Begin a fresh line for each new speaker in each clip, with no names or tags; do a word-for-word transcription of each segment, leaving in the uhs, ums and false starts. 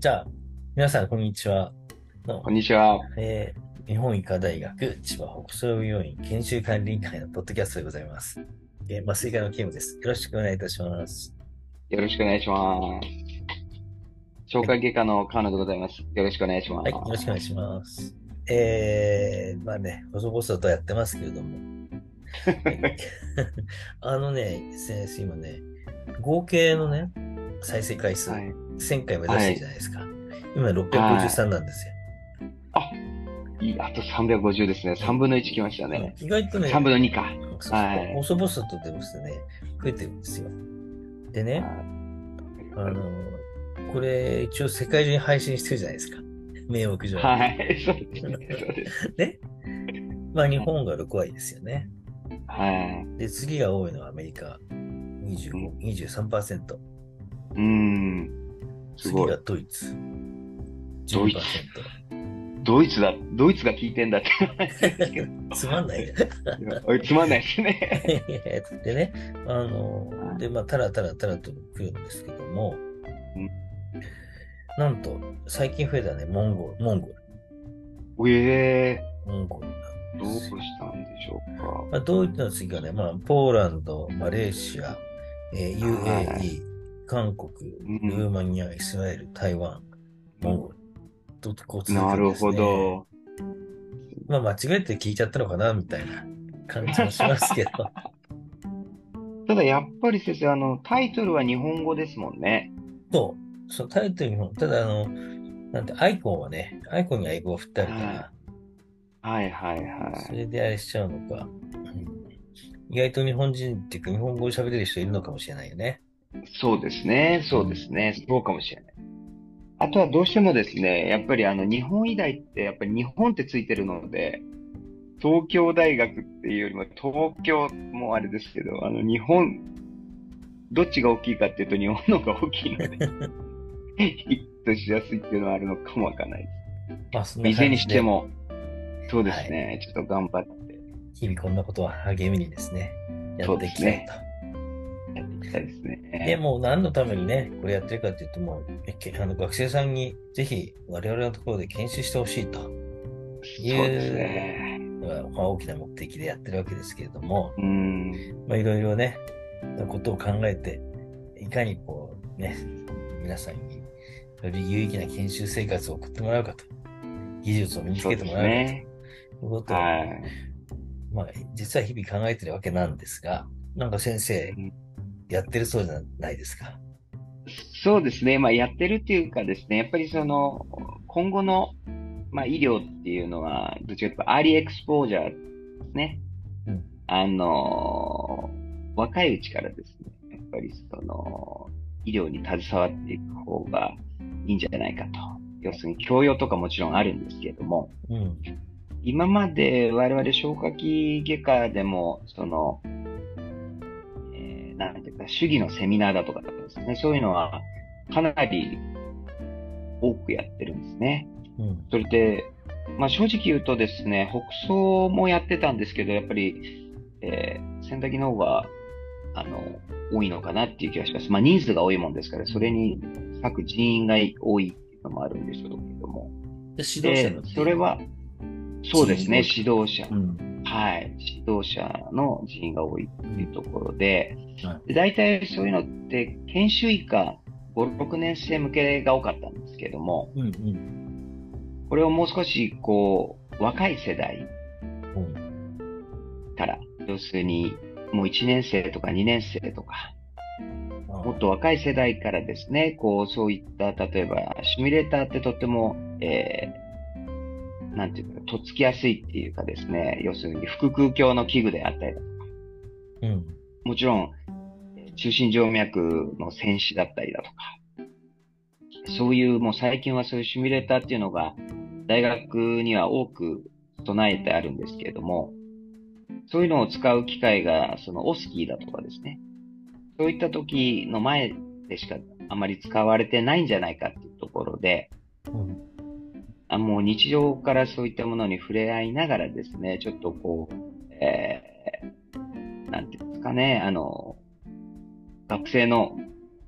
じゃあ、皆さん、こんにちは。の、
こんにちは。
えー日本医科大学千葉北総病院研修管理委員会のポッドキャストでございます。えー麻酔科のケムです。よろしくお願いいたします。
よろしくお願いします。消
はい。
化外科の川野でございます。よろしくお願いしま
はい。よろしくお願い
す。
します。えー、まあね、細々とやってますけれども。はい。あのね、先生、今ね、合計のね、再生回数、
はい。
せんかい目指してるじ
はい。
ゃないですか。今
はい。
ろっぴゃくごじゅうさんなんですよ。
あ、いい、あとさんびゃくごじゅうですね。
はい。
さんぶんのいち来ました
うん、
ね。
意外と
3
ね、
分のにか。
そうそう、
はい。
細々と出ますとね、増えてるんですよ。でね、
はい。ありが
あの、
とうございます。
これ一応世界中に配信してるじゃないですか。名目上。
はい。そうですね。そうです。
ね。まあ日
はい。
本がろく割ですよね。
はい。
で、次が多いのはアメリカにじゅうご、
うん。
にじゅうさんパーセント。
うーん。す
次が
ごい。
ドイツ
ドイツ。
じゅうにパーセント。
ドイツだ。ドイツが聞いてんだって話ですけど。
つまんないね。
いやおいつまんないですね。
でね、あの、
はい。
で、まあ、タラタラタラと来るんですけども、
うん。
なんと、最近増えたね、モンゴル、モンゴル、
おえー、
モンゴルなんで
どう
すよ。
したんでしょうか。
まあ、ドイツの次がね、まあ、ポーランド、マレーシア、えー
はい。
ユーエーイー、韓国、ルー
うん。
マニア、イスラエル、台湾、モンゴルとこう続くんです
なるほ
ね。
ど。
まあ、間違えて聞いちゃったのかな、みたいな感じもしますけど。
ただやっぱり先生、あの、タイトルは日本語ですもんね。
そう、そう、タイトルにも、ただ、あの、なんて、アイコンはね、アイコンには英語が振ってあるか
はい。
ら、
はいはいは
それであれしちゃうのか。うん、意外と日本人っていうか、日本語を喋れる人いるのかもしれないよね。
い。そうですね。そうです
うん。
ね。そうかもしれない。あとはどうしてもですね、やっぱりあの、日本医大ってやっぱり日本ってついてるので、東京大学っていうよりも東京もあれですけど、あの、日本、どっちが大きいかっていうと日本の方が大きいので、ヒットしやすいっていうのはあるのかもわかんないです
まあ、そんな
いずれに
感じで、
しても、そうで
はい。
すね。ちょっと頑張って、
日々こんなことは励みにですね、やっ
そう
ていきたいと。
ですね。やっていきたいです
で、
ね。
もう何のためにね、これやってるかっていうと、もう、えけあの学生さんにぜひ我々のところで研修してほしいとい
そうです
う
ね。
のが、まあ、大きな目的でやってるわけですけれども、
うーん。
まあ、いろいろね、のことを考えて、いかにこう、ね、皆さんにより有意義な研修生活を送ってもらうかと、技術を身につけて
そうで
もらうかと
すね。
いうことを、
はい。
まあ、実は日々考えてるわけなんですが、なんか先生、
うん、
やってるそうじゃないですか。
そうですね。まあ、やってるっていうかですね、やっぱりその、今後の、まあ、医療っていうのは、どっちかというと、アーリーエクスポージャーですね。
うん。
あの、若いうちからですね、やっぱりその、医療に携わっていく方がいいんじゃないかと。要するに、教養とかもちろんあるんですけれども、
うん。
今まで我々消化器外科でも、その、えーなんていうか、主義のセミナーだとかですね、そういうのはかなり多くやってるんですね。
うん。
それで、まあ正直言うとですね、北総もやってたんですけど、やっぱり、えー、洗濯機の方が、あの、多いのかなっていう気がします。まあ人数が多いもんですから、それに割く人員が多いっていうのもあるんでしょうけども。
で、指導者
で、
のっていう
それは、そうですね、
人員が多いってこ
指導者。
と。うん。
はい。指導者の人員が多いっ
うん。
ていうところで、
はい。
で大体そういうのって研修医かご、ろくねん生向けが多かったんですけども、
うん。うん。
これをもう少しこう、若い世代
うん。
から、要するにもういちねん生とかにねん生とか、もっ
ああ。
と若い世代からですね、こう、そういった、例えば、シミュレーターってとっても、えー、なんていうか、とっつきやすいっていうかですね、要するに腹腔鏡の器具であったりだとか、
うん。
もちろん、中心静脈の線子だったりだとか、そういう、もう最近はそういうシミュレーターっていうのが、大学には多く備えてあるんですけれども、そういうのを使う機会が、そのオスキーだとかですね、そういった時の前でしかあまり使われてないんじゃないかっていうところで、
うん。
あ、もう日常からそういったものに触れ合いながらですね、ちょっとこう、えー、なんていうんですかね、あの、学生の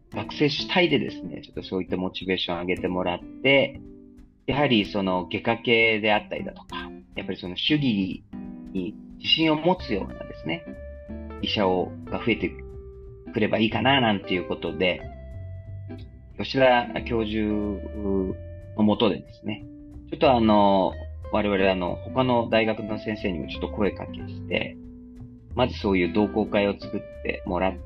学生主体でですね、ちょっとそういったモチベーションを上げてもらって、やはりその外科系であったりだとか、やっぱりその主義に自信を持つようなですね、医者をが増えてくればいいかななんていうことで、吉田教授のもとでですね、ちょっとあの、我々あの、他の大学の先生にもちょっと声かけして、まずそういう同好会を作ってもらって、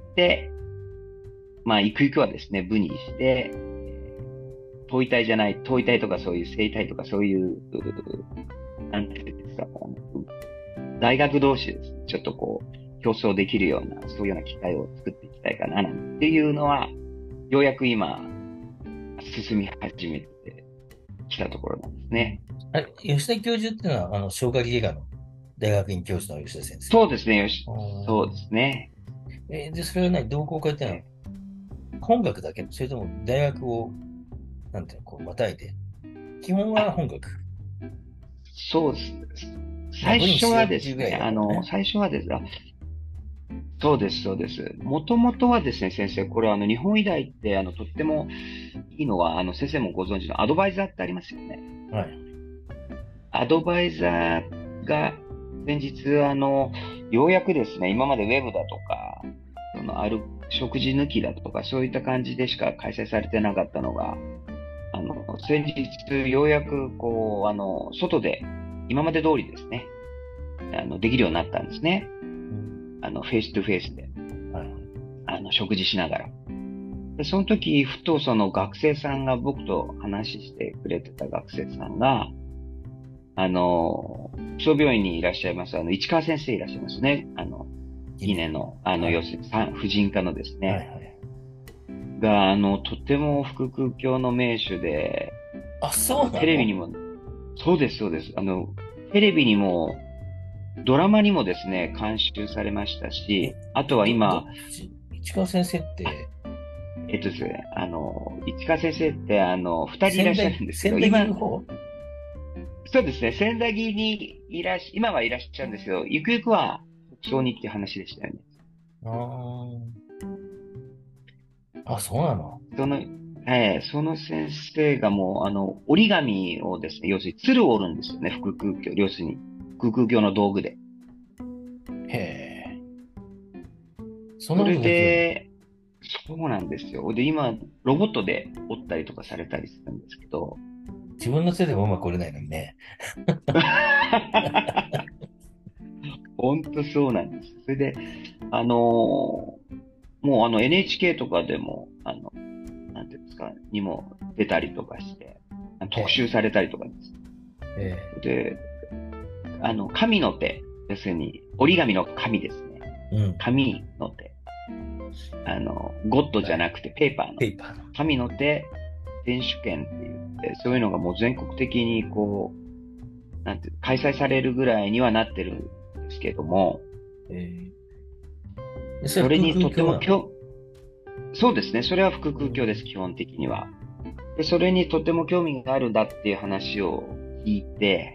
まあ、ゆくゆくはですね、部にして、統医体じゃない、統医体とかそういう生体とかそういう、なんていうんですか、大学同士ですね、ちょっとこう、競争できるような、そういうような機会を作っていきたいかな、なんていうのは、ようやく今、進み始めてきたところなんですね。
あれ、吉田教授っていうのは、あの、消化器外科の大学院教授の吉田先生。
そうですね、よし。
あ
そうですね。
ーえーで、それは何、同好会っていうのは、
え
本学だけそれとも大学を、なんていうの、こう、またいで。基本は
あ、
本学。
そうです。
まあ、
最初
部にしよう
はですね、
っていうぐらいだ
あの、
からね。
最初はですね、そうです、そうです。もともとはですね、先生、これはあの、日本医大って、あの、とってもいいのは、あの、先生もご存知のアドバイザーってありますよね。
はい。
アドバイザーが、先日、あの、ようやくですね、今までウェブだとか、その、ある、食事抜きだとか、そういった感じでしか開催されてなかったのが、あの、先日、ようやく、こう、あの、外で、今まで通りですね、あの、できるようになったんですね。
うん。
あの、フェイストゥフェイスで、
はい。
あの、食事しながら。で、その時、ふとその学生さんが、僕と話してくれてた学生さんが、あの、基礎病院にいらっしゃいます、あの、市川先生いらっしゃいますね。あの、
いいね。
稲の、あの、
はい。
要するに産婦人科のですね、
はいはい。
が、あの、とても腹腔鏡の名手で、
あ、
あの、
そうなの？
テレビにも、そうです、そうです。あの、テレビにも、ドラマにもですね、監修されました
え、
し、あと
え、ど、どっ
は今、
ち市川先生っ
あ
て、
えっとですね、あの、市川先生って、あの、二人いらっしゃる
仙台、
んですけど、
仙台にい
今、
る方？
そうですね、千駄木にいらっし、今はいらっしゃるんですけど、ゆくゆくは北総にっていう話でしたよね。
あーあ、そうなの？
その、えーその先生がもう、あの、折り紙をですね、要するに鶴を折るんですよね、腹腔鏡、要するに、腹腔鏡の道具で。
へえ。そんな
それ
ことできるの？
で、そうなんですよ。で、今、ロボットで折ったりとかされたりするんですけど、
自分の手でもうまく折れないのにね。
本当そうなんです。それで、あのーもうあの エヌエイチケー とかでも、あの、なんていうんですか、にも出たりとかして、あの
へえ。
特集されたりとかです。
へ
で、あの、神の手、要するに折り紙の紙ですね。
え。うん。
紙の手。あの、ゴッドじ
はい。
ゃなくてペーパーの。
ペーパーの。
紙の手選手権って言って、そういうのがもう全国的にこう、なんていう、開催されるぐらいにはなってるんですけども、
へえ。でそれは腹
それにとて
腔鏡なの？
もきょ、そうですね。それは腹
うん。
腔鏡です、基本的には。で、それにとても興味があるんだっていう話を聞いて、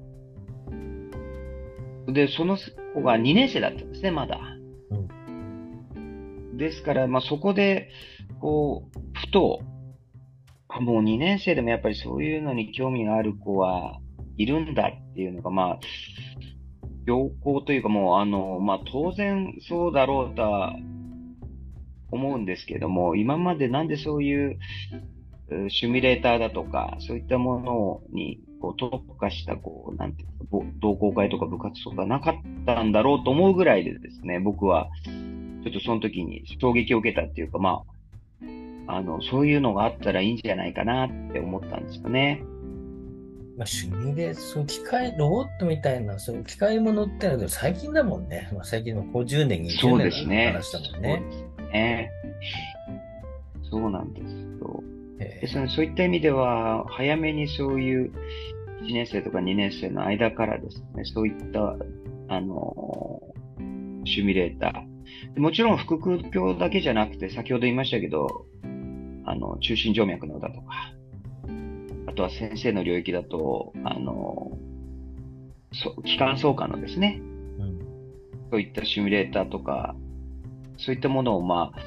で、その子がにねん生だったんですね、まだ。
うん。
ですから、まあ、そこで、こう、ふと、あもうにねん生でもやっぱりそういうのに興味がある子はいるんだっていうのが、まあ、良好というかもう、あの、まあ、当然そうだろうとは思うんですけども、今までなんでそういううシミュレーターだとか、そういったものにこう特化した、こう、なんていうか、ぼ同好会とか部活とかなかったんだろうと思うぐらいでですね、僕はちょっとその時に衝撃を受けたっていうか、まあ、あの、そういうのがあったらいいんじゃないかなって思ったんですよね。
まあ、趣味で、そういう機械、ロボットみたいな、そういう機械ものってのはでも最近だもんね。まあ、最近のこうじゅうねん、20
そう
年の
ですね。
話だもんね。
そうですね。そうなんですよ。ですので、
え
そういった意味では、早めにそういういちねん生とかにねん生の間からですね、そういった、あの、シミュレーター。もちろん腹腔鏡だけじゃなくて、先ほど言いましたけど、あの、中心静脈のだとか、あとは先生の領域だと、あの、そ気管相関のですね、
ーうん。
そういったシミュレーターとか、そういったものを、ま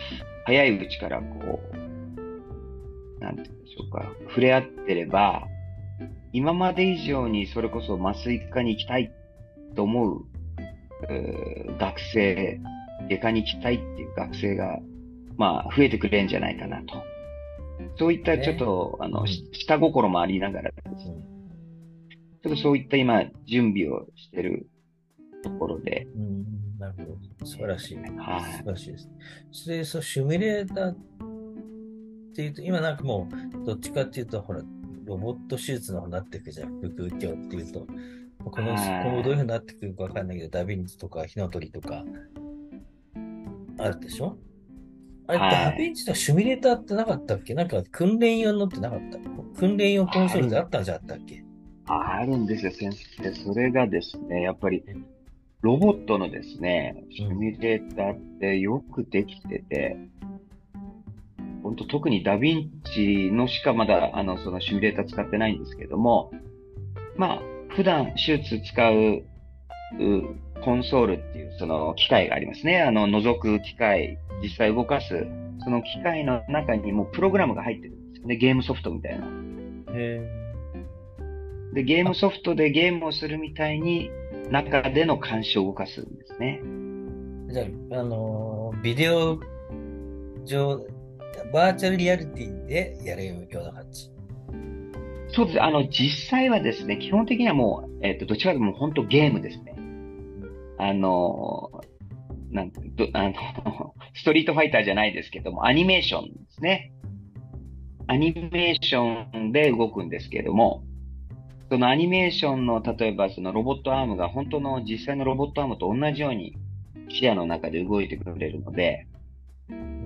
早いうちからこう、なんて言うんでしょうか、触れ合ってれば、今まで以上にそれこそ麻酔科に行きたいと思う、えー学生、外科に行きたいっていう学生が、まあ、増えてくれるんじゃないかなと。そういったちょっ
ね。
と、あの、
うん。
し下心もありながらですね、
うん。
ちょっとそういった今、準備をしてるところで、
うん、なるほど。素晴らしい。
はい。
素晴らしいです。それで、そう、シミュレーターっていうと、今なんかもう、どっちかっていうと、ほら、ロボット手術の方になっていくじゃん。腹腔鏡っていうと。この、今後どういうふう
は
になってくるかわかんないけど、ダヴィンチとか火の鳥とかあるでしょ？あ
い。
れ、ダヴ
はい。
ィンチのシミュレーターってなかったっけ？なんか訓練用のってなかった？訓練用コンソールってあ
ある、
ったんじゃあったっけ？
あるんですよ、先生。それがですね、やっぱり、ロボットのですね、
うん。
シミュレーターってよくできてて、本当特にダヴィンチのしかまだ、あの、そのシミュレーター使ってないんですけども、まあ、普段手術使う、うコンソールっていうその機械がありますね。あの、覗く機械、実際動かす、その機械の中にもうプログラムが入ってるんですよね。ゲームソフトみたいな。
へ
で、ゲー
ー。
ム
あ、
ソフトでゲームをするみたいに、中での監視を動かすんですね。
じゃあ、あのービデオ上、バーチャルリアリティでやるような感じ。
そうです。あの、実際はですね、基本的にはもう、えっと、どちらかというともう本当ゲームですね。あの、なんて、ど、あの、ストリートファイターじゃないですけども、アニメーションですね。アニメーションで動くんですけれども、そのアニメーションの、例えばそのロボットアームが本当の実際のロボットアームと同じように視野の中で動いてくれるので、
うん。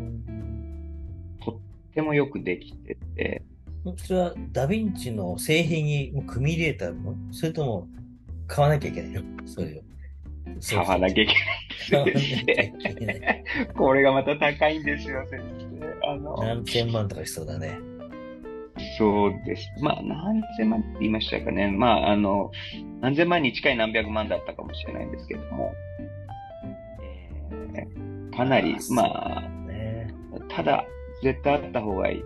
とってもよくできてて、
それはダヴィンチの製品にもう組み入れたの？それとも買わなきゃいけないの？それを。ソ
買
フトっていう
わなきゃいけないんで
買わなきゃ
すね。
いけない。
これがまた高いんですよ、先生。あの、
何千万とかしそうだね。
そうです。まあ、何千万って言いましたかね。まあ、あの、何千万に近い何百万だったかもしれないんですけども、えーかな
まあ、
り、
そう
まあ、
だね。
ただ、絶対あった方がいい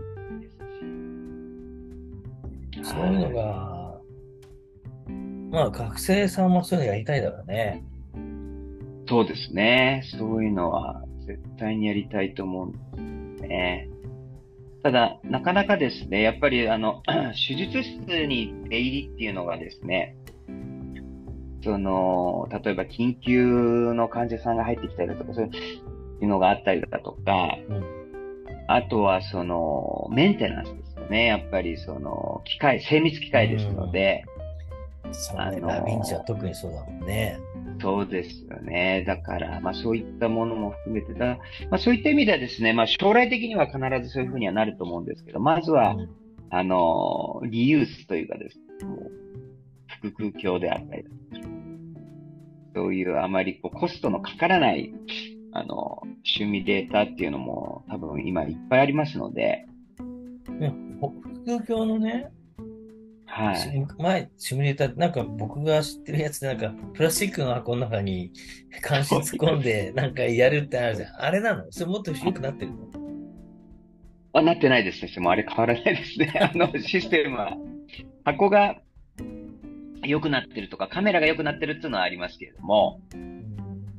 ですし、
そういうの
はい。
が、まあ学生さんもそういうのやりたいだろうね。
そうですね。そういうのは絶対にやりたいと思うんですね。ただ、なかなかですね、やっぱりあの、手術室に出入りっていうのがですね、その、例えば緊急の患者さんが入ってきたりだとか、そういうのがあったりだとか、
うん。
あとはその、メンテナンスですよね。やっぱりその、機械、精密機
う
械ですの
ん。
で、あ
そうね。ダヴィンチは
の、
特にそうだもんね。
そうですよね。だから、まあそういったものも含めてだ、まあそういった意味ではですね、まあ将来的には必ずそういうふうにはなると思うんですけど、まずは、
うん。
あの、リユースというかですね、もう腹腔鏡であったりだとか、そういうあまりこうコストのかからない、あの、シミュレーターっていうのも多分今いっぱいありますので、
ね、ほ副教のね、し
はい。
前、シミュレーター、なんか僕が知ってるやつで、なんかプラスチックの箱の中に監視突っ込んで、なんかやるってあるじゃん。あれなの？それもっと良くなってるの？
あ、なってないですね。もうあれ変わらないですね。あの、システムは、箱が良くなってるとか、カメラが良くなってるっていうのはありますけれども、
うん。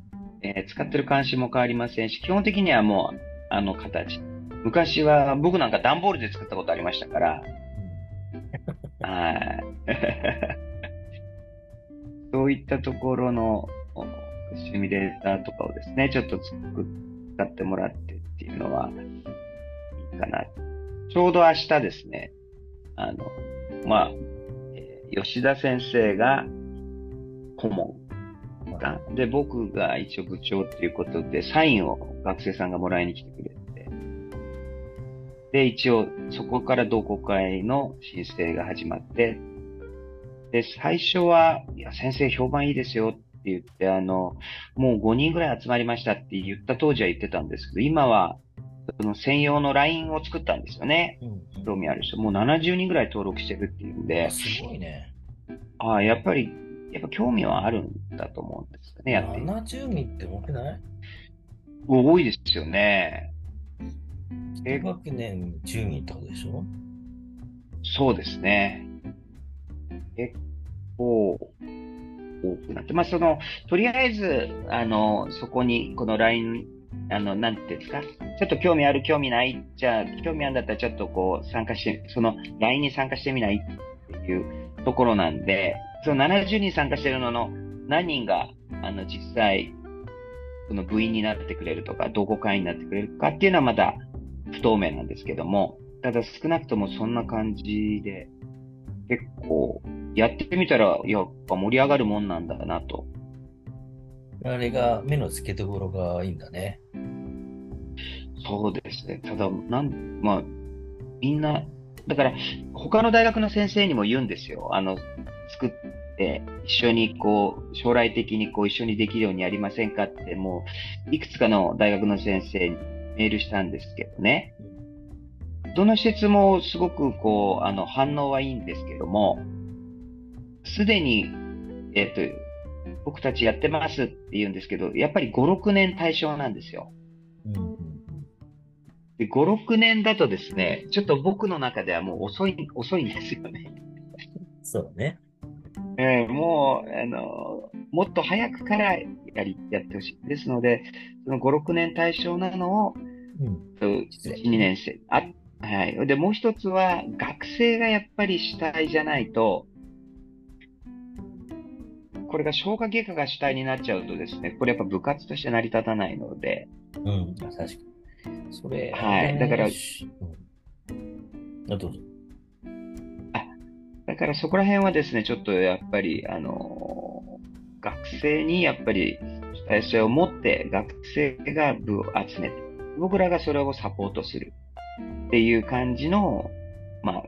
えー使ってる監視も変わりませんし、基本的にはもう、あの形。昔は、僕なんか段ボールで作ったことありましたから、はい。そういったところのおシミュレーターとかをですね、ちょっと作っ使ってもらってっていうのはいいかな。ちょうど明日ですね、あの、まあ、えー吉田先生が顧問
うん。はい。
だ。で、僕が一応部長っていうことで、サインを学生さんがもらいに来てくれて、で、一応そこから同好会の申請が始まって、で、最初は、いや、先生評判いいですよって言って、あの、もうごにんぐらい集まりましたって言った当時は言ってたんですけど、今は、その専用の ライン を作ったんですよね。
うん。うん。
興味ある人。もうななじゅうにんぐらい登録してるっていうん
あ、
で、
すごいね。
ああ、やっぱり、やっぱ興味はあるんだと思うんですよね、やっている。
ななじゅうにんって多くない？
多いですよね。 え、
一学年じゅうにんってことでしょ？
そうですね。結構多くなって、まあ、その、とりあえず、あの、そこに、この ライン、あの、なんていうんですか、ちょっと興味ある、興味ない、じゃあ、興味あるんだったらちょっとこう、参加して、その ライン に参加してみないっていうところなんで、そのななじゅうにん参加してるのの何人が、あの、実際、その部員になってくれるとか、同好会員になってくれるかっていうのはまだ不透明なんですけども、ただ少なくともそんな感じで、結構、やってみたら、やっぱ盛り上がるもんなんだなと。
あれが目の付けどころがいいんだね。
そうですね。ただ、なん、まあ、みんな、だから、他の大学の先生にも言うんですよ。あの、作って、一緒にこう、将来的にこう、一緒にできるようにやりませんかって、もう、いくつかの大学の先生にメールしたんですけどね。どの施設もすごくこう、あの、反応はいいんですけども、すでに、えっと、僕たちやってますって言うんですけど、やっぱりご、ろくねん対象なんですよ。
うんうんうん、
で、ご、ろくねんだとですね、ちょっと僕の中ではもう遅い、遅いんですよね。
そうね。
えーもう、あの、もっと早くからやり、やってほしい。ですので、そのご、ろくねん対象なのを、
うん。失
いち、
礼ね。
にねん生。あ、はい。で、もう一つは、学生がやっぱり主体じゃないと、これが消化外科が主体になっちゃうとですね、これやっぱ部活として成り立たないので、
うん、確かに。それ、あれ
はい。だか
だね。
ら、
しうん、あ、どうぞ。
あ、だからそこら辺はですね、ちょっとやっぱり、あの、学生にやっぱり主体性を持って学生が部を集めて、僕らがそれをサポートするっていう感じの、まあ、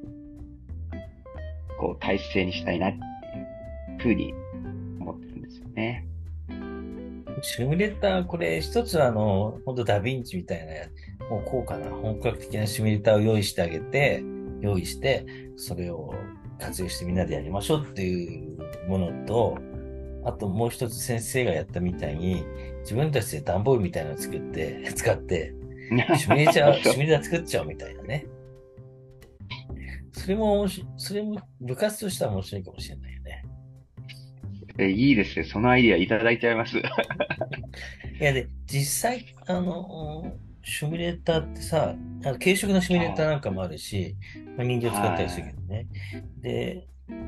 こう、体制にしたいなっていうふうに思ってるんですよね。
シミュレーター、これ一つはあの、本当ダヴィンチみたいな、もう高価な本格的なシミュレーターを用意してあげて、用意して、それを活用してみんなでやりましょうっていうものと、あともう一つ先生がやったみたいに、自分たちで段ボールみたいなのを作って、使って、シミュレーター、
そう。
シミュレーター作っちゃおうみたいなね。それも面白い、それも部活としては面白いかもしれないよね。
えいいですね。そのアイディアいただいちゃいます。
いや、で、実際、あの、シミュレーターってさ、あの軽食のシミュレーターなんかもあるし、まあ、人形使ったりするけ
は
どね。で、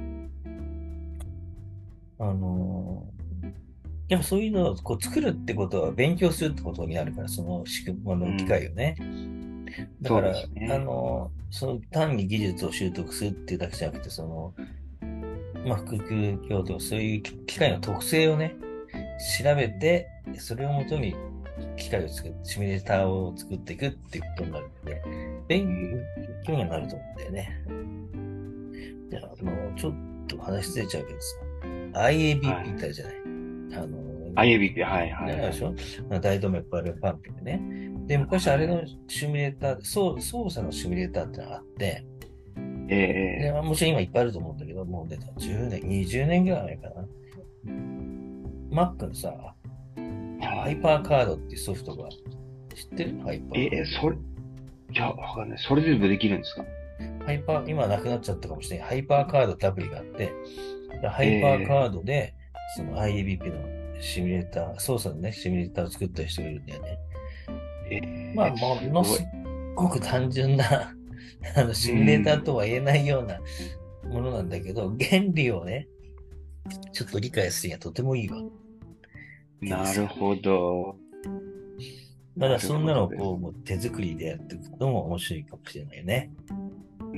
あの、やっぱそういうのをこう作るってことは勉強するってことになるから、その仕組み
い。う
の機会
ん。
をね。だ
そうで
から、あ
すね。
の、その単に技術を習得するっていうだけじゃなくて、その、まあ、腹腔鏡とかそういう機械の特性をね、調べて、それをもとに機械を作って、シミュレーターを作っていくっていうことになるので、勉
うん。
強にはなると思うんだよね。じゃあ、あの、ちょっと話ずれちゃうけどさ、
は
アイエービーピー っ
い。
てあるじゃない。あの、
アイエービーピー、はいはい
ね、ある
はい。
でしょ？あの大動脈バルブパンピングね。で、昔あれのシミュレーター、そう操作のシミュレーターってのがあって、
え
で、
え、
まあもちろん今いっぱいあると思うんだけど、もう出たじゅうねん、にじゅうねんぐらい前かな。Mac のさ、ハイ
はい。
パーカードっていうソフトが、知ってる？ハイパー。
ええ、それ、いや、わかんない。それでもできるんですか？
ハイパー、今なくなっちゃったかもしれない。ハイパーカードってアプリがあって、ハイパーカ
ええ、
ードで、その アイエービーピー のシミュレーター、操作のね、シミュレーターを作った人がいるんだよね。
え
まあ、
え、
ものす
すごい。
ごく単純なあの、
う
シミュレーター
ん。
とは言えないようなものなんだけど、原理をね、ちょっと理解するにはとてもいいわけですよ。
なるほど。
ただ、
なる
そんなのをこう、
ほどです。
もう手作りでやっていくのも面白いかもしれないよね。
うん、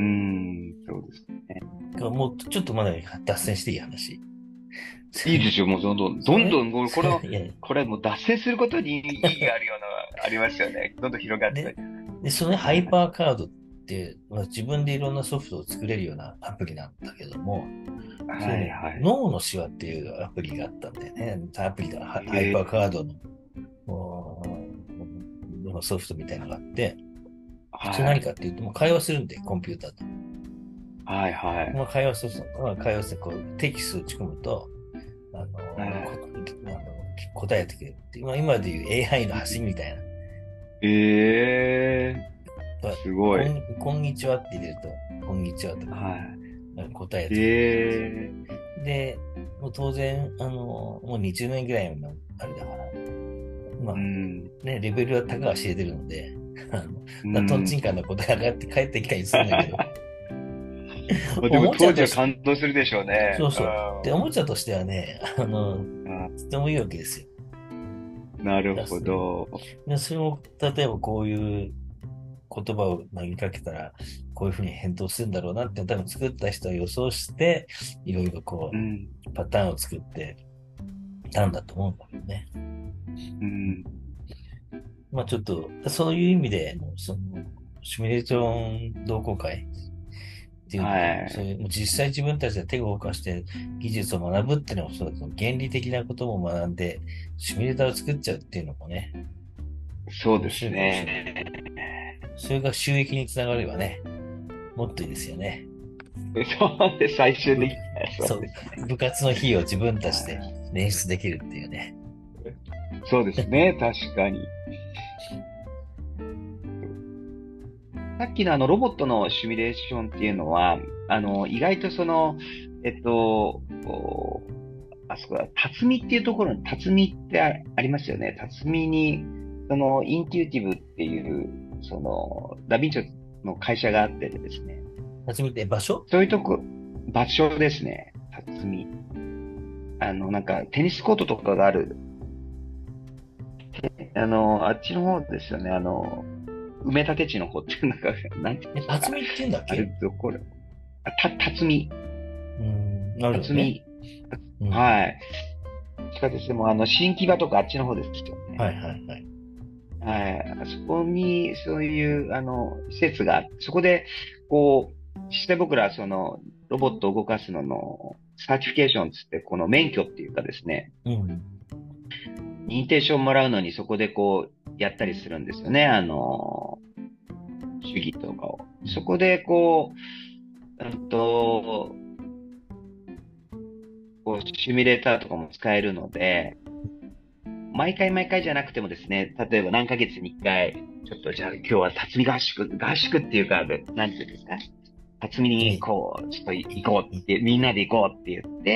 そうですね。
だからもう、ちょっとまだ脱線していい話。
いいですよ。もうどんどん、ど
そうね。
んどん、これ、これを
いやいや
これもう脱線することに意義があるような、ありますよね。どんどん広がって。
で、で、そのハイパーカードって、まあ、自分でいろんなソフトを作れるようなアプリなんだけども、それ
はい
ね、
はい。
脳の手話っていうアプリがあったんだよね。アプリがハハイパーカ
ええ、
ードのおーソフトみたいなのがあって、それ
はい。
何かっていうと、もう会話するんで、コンピューターと。
はいはい。
まあ、会話すると、まあ、会話してこうテキストを打ち込むと、あの、
は
こ
い。
あの答えてくれるっていう、まあ、今でいう エーアイ の走りみたいな。
ええ、 すごい。
こん、こんにちはって入れると、こんにちはとか
は
答え
い。
てくれる。
ええ、
で、もう当然、あの、もうにじゅうねんぐらいのあれだから、まあ、
うん、
ね、レベルはたかが知れてるので、あの、
う
まあ、トンチ
ん。
ンカンな答え上がって帰ってきたりするんだけど、
まあ、で
お
も
もちゃとし、
当時は感動するでしょうね。
そうそう。で、おもちゃとしてはね、あの、
うん、あ、
とてもいいわけですよ。
なるほ
だす
ど。
で、それも、例えばこういう言葉を投げかけたら、こういうふうに返答するんだろうなって、多分作った人は予想して、いろいろこ
うん、
う、パターンを作ってたんだと思うんだけどね。
うん。
まあちょっと、そういう意味で、その、シミュレーション同好会っていうのは、
はい。
そういう、もう実際自分たちで手を動かして技術を学ぶっていうのもそうだけど、原理的なことも学んで、シミュレーターを作っちゃうっていうのもね、面
そうです
白いかもしれない。
ね。
それが収益につながればね、もっといいですよね。
そうです。最終
ぶ
的にはそう
そう、
ですね。
部活の費用を自分たちで
は
捻出できるっていうね。
い、そうですね。確かに。さっきのあのロボットのシミュレーションっていうのは、あの、意外とその、えっと、おあそこだ、辰巳っていうところに、辰巳ってあ、ありますよね。辰巳に、その、インテュイティブっていう、その、ダヴィンチの会社があってですね。
初めて場所
そういうとこ、場所ですね。辰巳。あの、なんか、テニスコートとかがある、あの、あっちの方ですよね。あの、埋め立て地の方っていう、なんか、なんていうん
え、
ですか。
辰巳って言うんだっ
あれ、
け？
どこれ、あ、た、辰巳。
うーん、なるほどね。
辰巳。
うん。
はい。地下鉄でも、あの、新木場とかあっちの方ですよね。
はいはいはい。
はい。あそこに、そういう、あの、施設があって、そこで、こう、実際僕ら、その、ロボットを動かすのの、サーティフィケーションつって、この免許っていうかですね、
うん。
認定証をもらうのにそこでこう、やったりするんですよね。あの、主義とかを。そこでこう、うんと、こう、シミュレーターとかも使えるので、毎回毎回じゃなくてもですね、例えば何ヶ月に一回、ちょっとじゃあ今日は辰巳合宿、合宿っていうか、なんていうんですか、辰巳に
い
こう、ちょっと
い、
行こう
いい、
って、みんなで行こうって言って、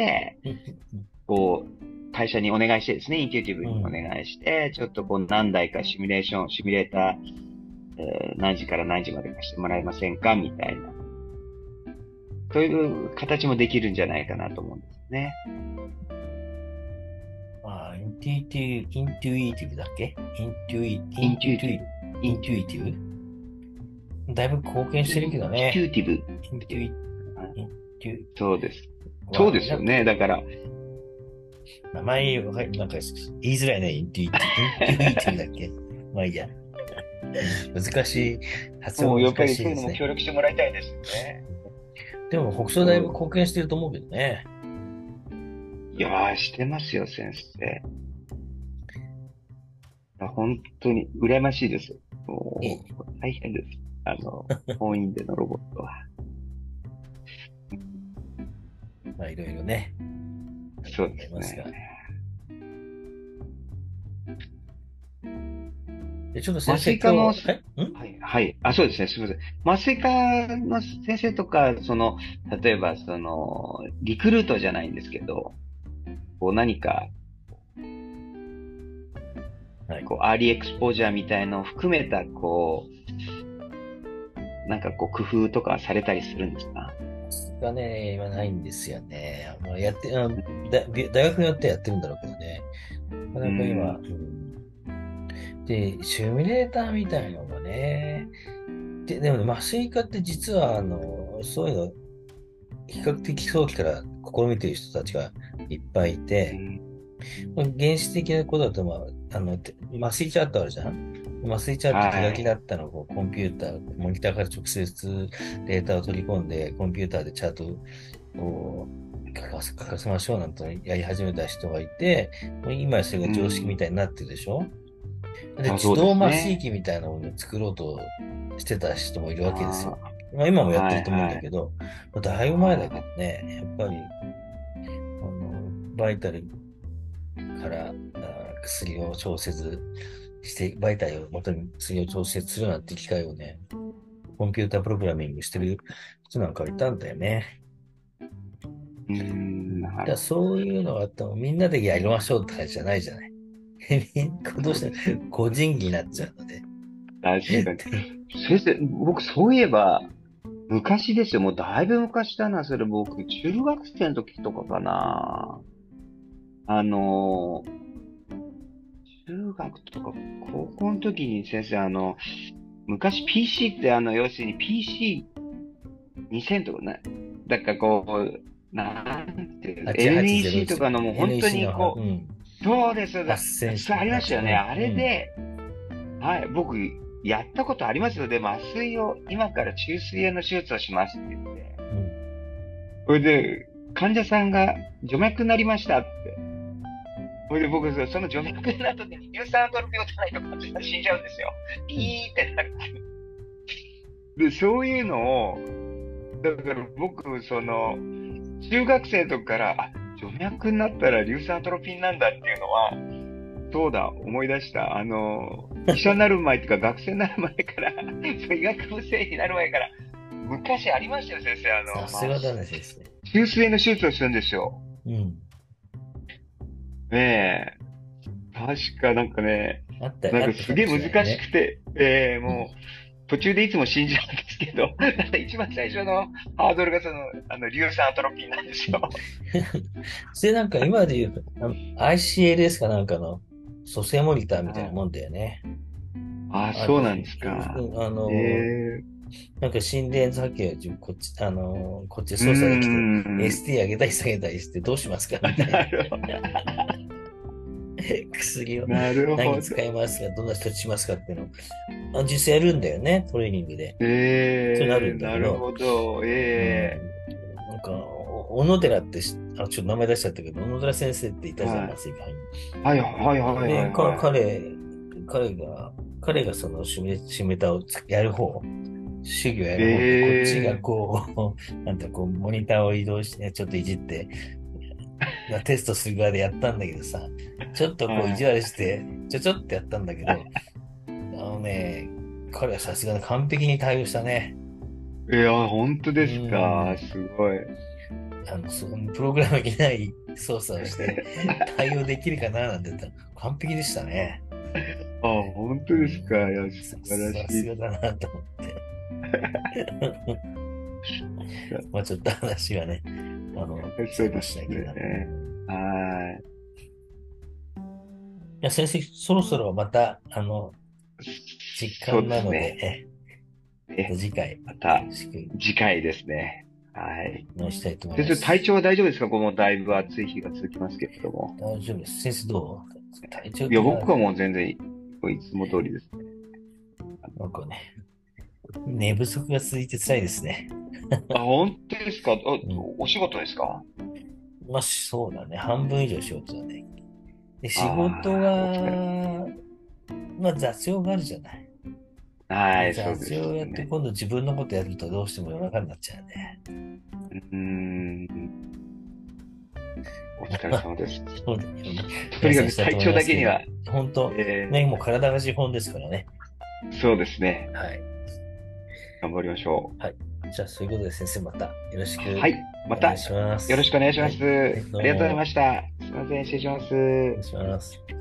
い
こう、会社にお願いしてですね、インテュイティブにお
うん。
願いして、ちょっとこう何台かシミュレーション、シミュレーター、えー何時から何時まで貸してもらえませんかみたいな。そういう形もできるんじゃないかなと思うんですね。
まあ、インテュイティブ、インテュイティブだっけ？インテュイ、イ
イン
ントゥイ、
テュイティブ。イン、
インテュイティブだいぶ貢献してる
イン
けどね。
テュイティブ
イン
っていう。
テュイ、インテュイ
そうです。そう
は、なんか、
ですよね。だから、
名前わかる、なんか言いづらいね。インテュイティ、インテュイティブだっけ？まあいいや。難しい、発音難
もうやっぱり
しいですね。
そういうのも協力してもらいたいですよね。
でも、北総だいぶ
うん。
貢献してると思うけどね。
いやー、してますよ、先生。本当に羨ましいです。も
いい。
う、大変です。あの、本院でのロボットは。
まあ、いろいろね、あると
そうで
思いますが。
すね。
で、ちょっと先
麻
生、
酔科の、
今日、えん
はい、はい。あ、そうですね。すみません。麻酔科の先生とか、その、例えば、その、リクルートじゃないんですけど、こう何か、
はい。
こう、アーリーエクスポージャーみたいのを含めた、こう、なんかこう、工夫とかされたりするんですか？
がね、今ないんですよね。まあ、やって、あのだ、大学によってはやってるんだろうけどね。なか
う
なか今、
ん。
うん、で、シミュレーターみたいのがね、で、でもね、麻酔科って実は、あの、そういうの、比較的早期から試みている人たちがいっぱいいて、
うん。
まあ原始的なことだと、まあ、あの、て麻酔チャートあるじゃん。麻酔チャート手書きだ
はい。
ったのをコンピューター、モニターから直接データを取り込んで、コンピューターでチャートを書かせ、書かせましょうなんてやり始めた人がいて、もう今やそれ
う
が常識み
ん。
たいになってるでしょ？で、
あ、
自
そうで
動麻酔
すね。
器みたいなものを作ろうとしてた人もいるわけですよ。
ああ、
まあ、今もやって
はい、
ると思うん
はい。
だけど、まあだいぶ前だけど
は
ね、やっぱり、あの、バイタルからあ薬を調節して、媒体を元に薬を調節するなんて機会をね、 コンピュータープログラミングしてる人なんかいたんだよね。
うーん、な
だから
る
そういうのがあってもみんなでやりましょうって感じじゃないじゃない。どうし
ほど。そうです。
ても個人技になっちゃうので。
確かに。先生、僕そういえば、昔ですよ。もうだいぶ昔だな。それ僕、中学生の時とかかな。あの、中学とか高校の時に先生、あの、昔 ピーシー ってあの、要するに ピーシーにせん とかね。だからこう、なんていうの、
はちはちぜろい
エヌイーシー と
ち。
かのもう本当
エヌイーシー のは、
にこ
うん。
う、そうです、そうです。
はっせん、
そうありましたよね。あ
うん。
れで、はい、僕、やったことありますよ。で、麻酔を、今から中水炎の手術をしますって言って。
うん。
それで、患者さんが除脈になりましたって。それで僕、その除脈になった時に硫酸アトロピーを打たないと患者さん死んじゃうんですよ。ピ
うん。
ーってなる。で、そういうのを、だから僕、その、中学生の時から、あ、除脈になったら硫酸アトロピンなんだっていうのは、そうだ、思い出した。あの、医者になる前というか学生になる前から、そう医学部生になる前から、昔ありましたよ、先生。あ
さ
の、まあ、
すがだね、先生。
中水炎の手術をするんですよ。
うん。
ええ、確かなんかね、
あった、
なんか
あったかも
すげえ難し
しれないね。
くて、ええ、
うん。
もう、途中でいつも死んじゃうんですけど、ただ一番最初のハードルがその、あの、硫酸アトロピンなんですよ。
それなんか今で言う、あの アイシーエルエス かなんかの蘇生モニターみたいなもんだよね。
ああ、
あれ、
そうなんですか。
うんあの、
ええ、
なんか心電図波形を自分こっち、あの、こっちで
うー
操作できて、
ん。
エスティー 上げたり下げたりしてどうしますかみたいな。
なるほど。
薬を
なるほど。
何使いますかどんな人しますかっていうのを、あ実際やるんだよね、トレーニングで。そういうのある
ええ、
んだけど、
なるほど。
う
え
ん、なんか、お小野寺ってしあ、ちょっと名前出しちゃったけど、小野寺先生ってい
え、
たじゃん、
はい。
麻酔科
はいはいは
医で、
いはい
か、
は
彼、彼が、彼がそのシミュレ、シミュレーターをつやる方、手技をや
い。
る方で、こっちが
ええ、
こう、なんてこう、モニターを移動して、ちょっといじって、なテストする側でやったんだけどさ、ちょっとこう意地
は
悪して、ちょちょってやったんだけど、あのね、彼はさすがに完璧に対応したね。
い。いや、本当
う
ですか。
ん。
すごい。
あの、そのプログラムできない操作をして対応できるかななんて言ったら完璧でしたね。
あ、本当
う
ですか。いや、
ん。さ
素晴らし
さ
いです。
すがだなと思って。まあちょっと話がね、あの、そ
そう
れま
ですね。
したけど。うん
はい。
いや、先生、そろそろまた、あの、時
そうで
間なので、
すね。
え、また
え、
次回、よ
また
ろしく
次回ですね。はい。
お願いしたいと思い
先生、体
ます。
調は大丈夫ですか？このだいぶ暑い日が続きますけれども。
大丈夫です。先生どう体調
いや、
的な、
僕はもう全然いつも通りですね。
なんかね、寝不足が続いて辛いですね。
あ、本当ですか？あ、
うん。
お仕事ですか？
まあ、そうだね。半分以上仕事だね。で、仕事
ああー、お疲れ。
は、まあ雑用があるじゃない。で、
はい、そうです
雑用やって
ね。
今度自分のことやるとどうしても夜中になっちゃうね。
うーん、お疲れ
まあ、
様です。
そうだよね。
とにか
皆さんしたと
く体調
思いますけど、
だけには、
本当
え
ね、もう体が資本ですからね。
ー、そうですね。
はい。
頑張りましょ
はい。じゃあ、そういうことで先生またよろし
う。
く
はい、また
お願いします。
よろしくお願いします。
はい。はい、
ありがとうござい
どうも。
ました。すみません、失礼します。
お願いします。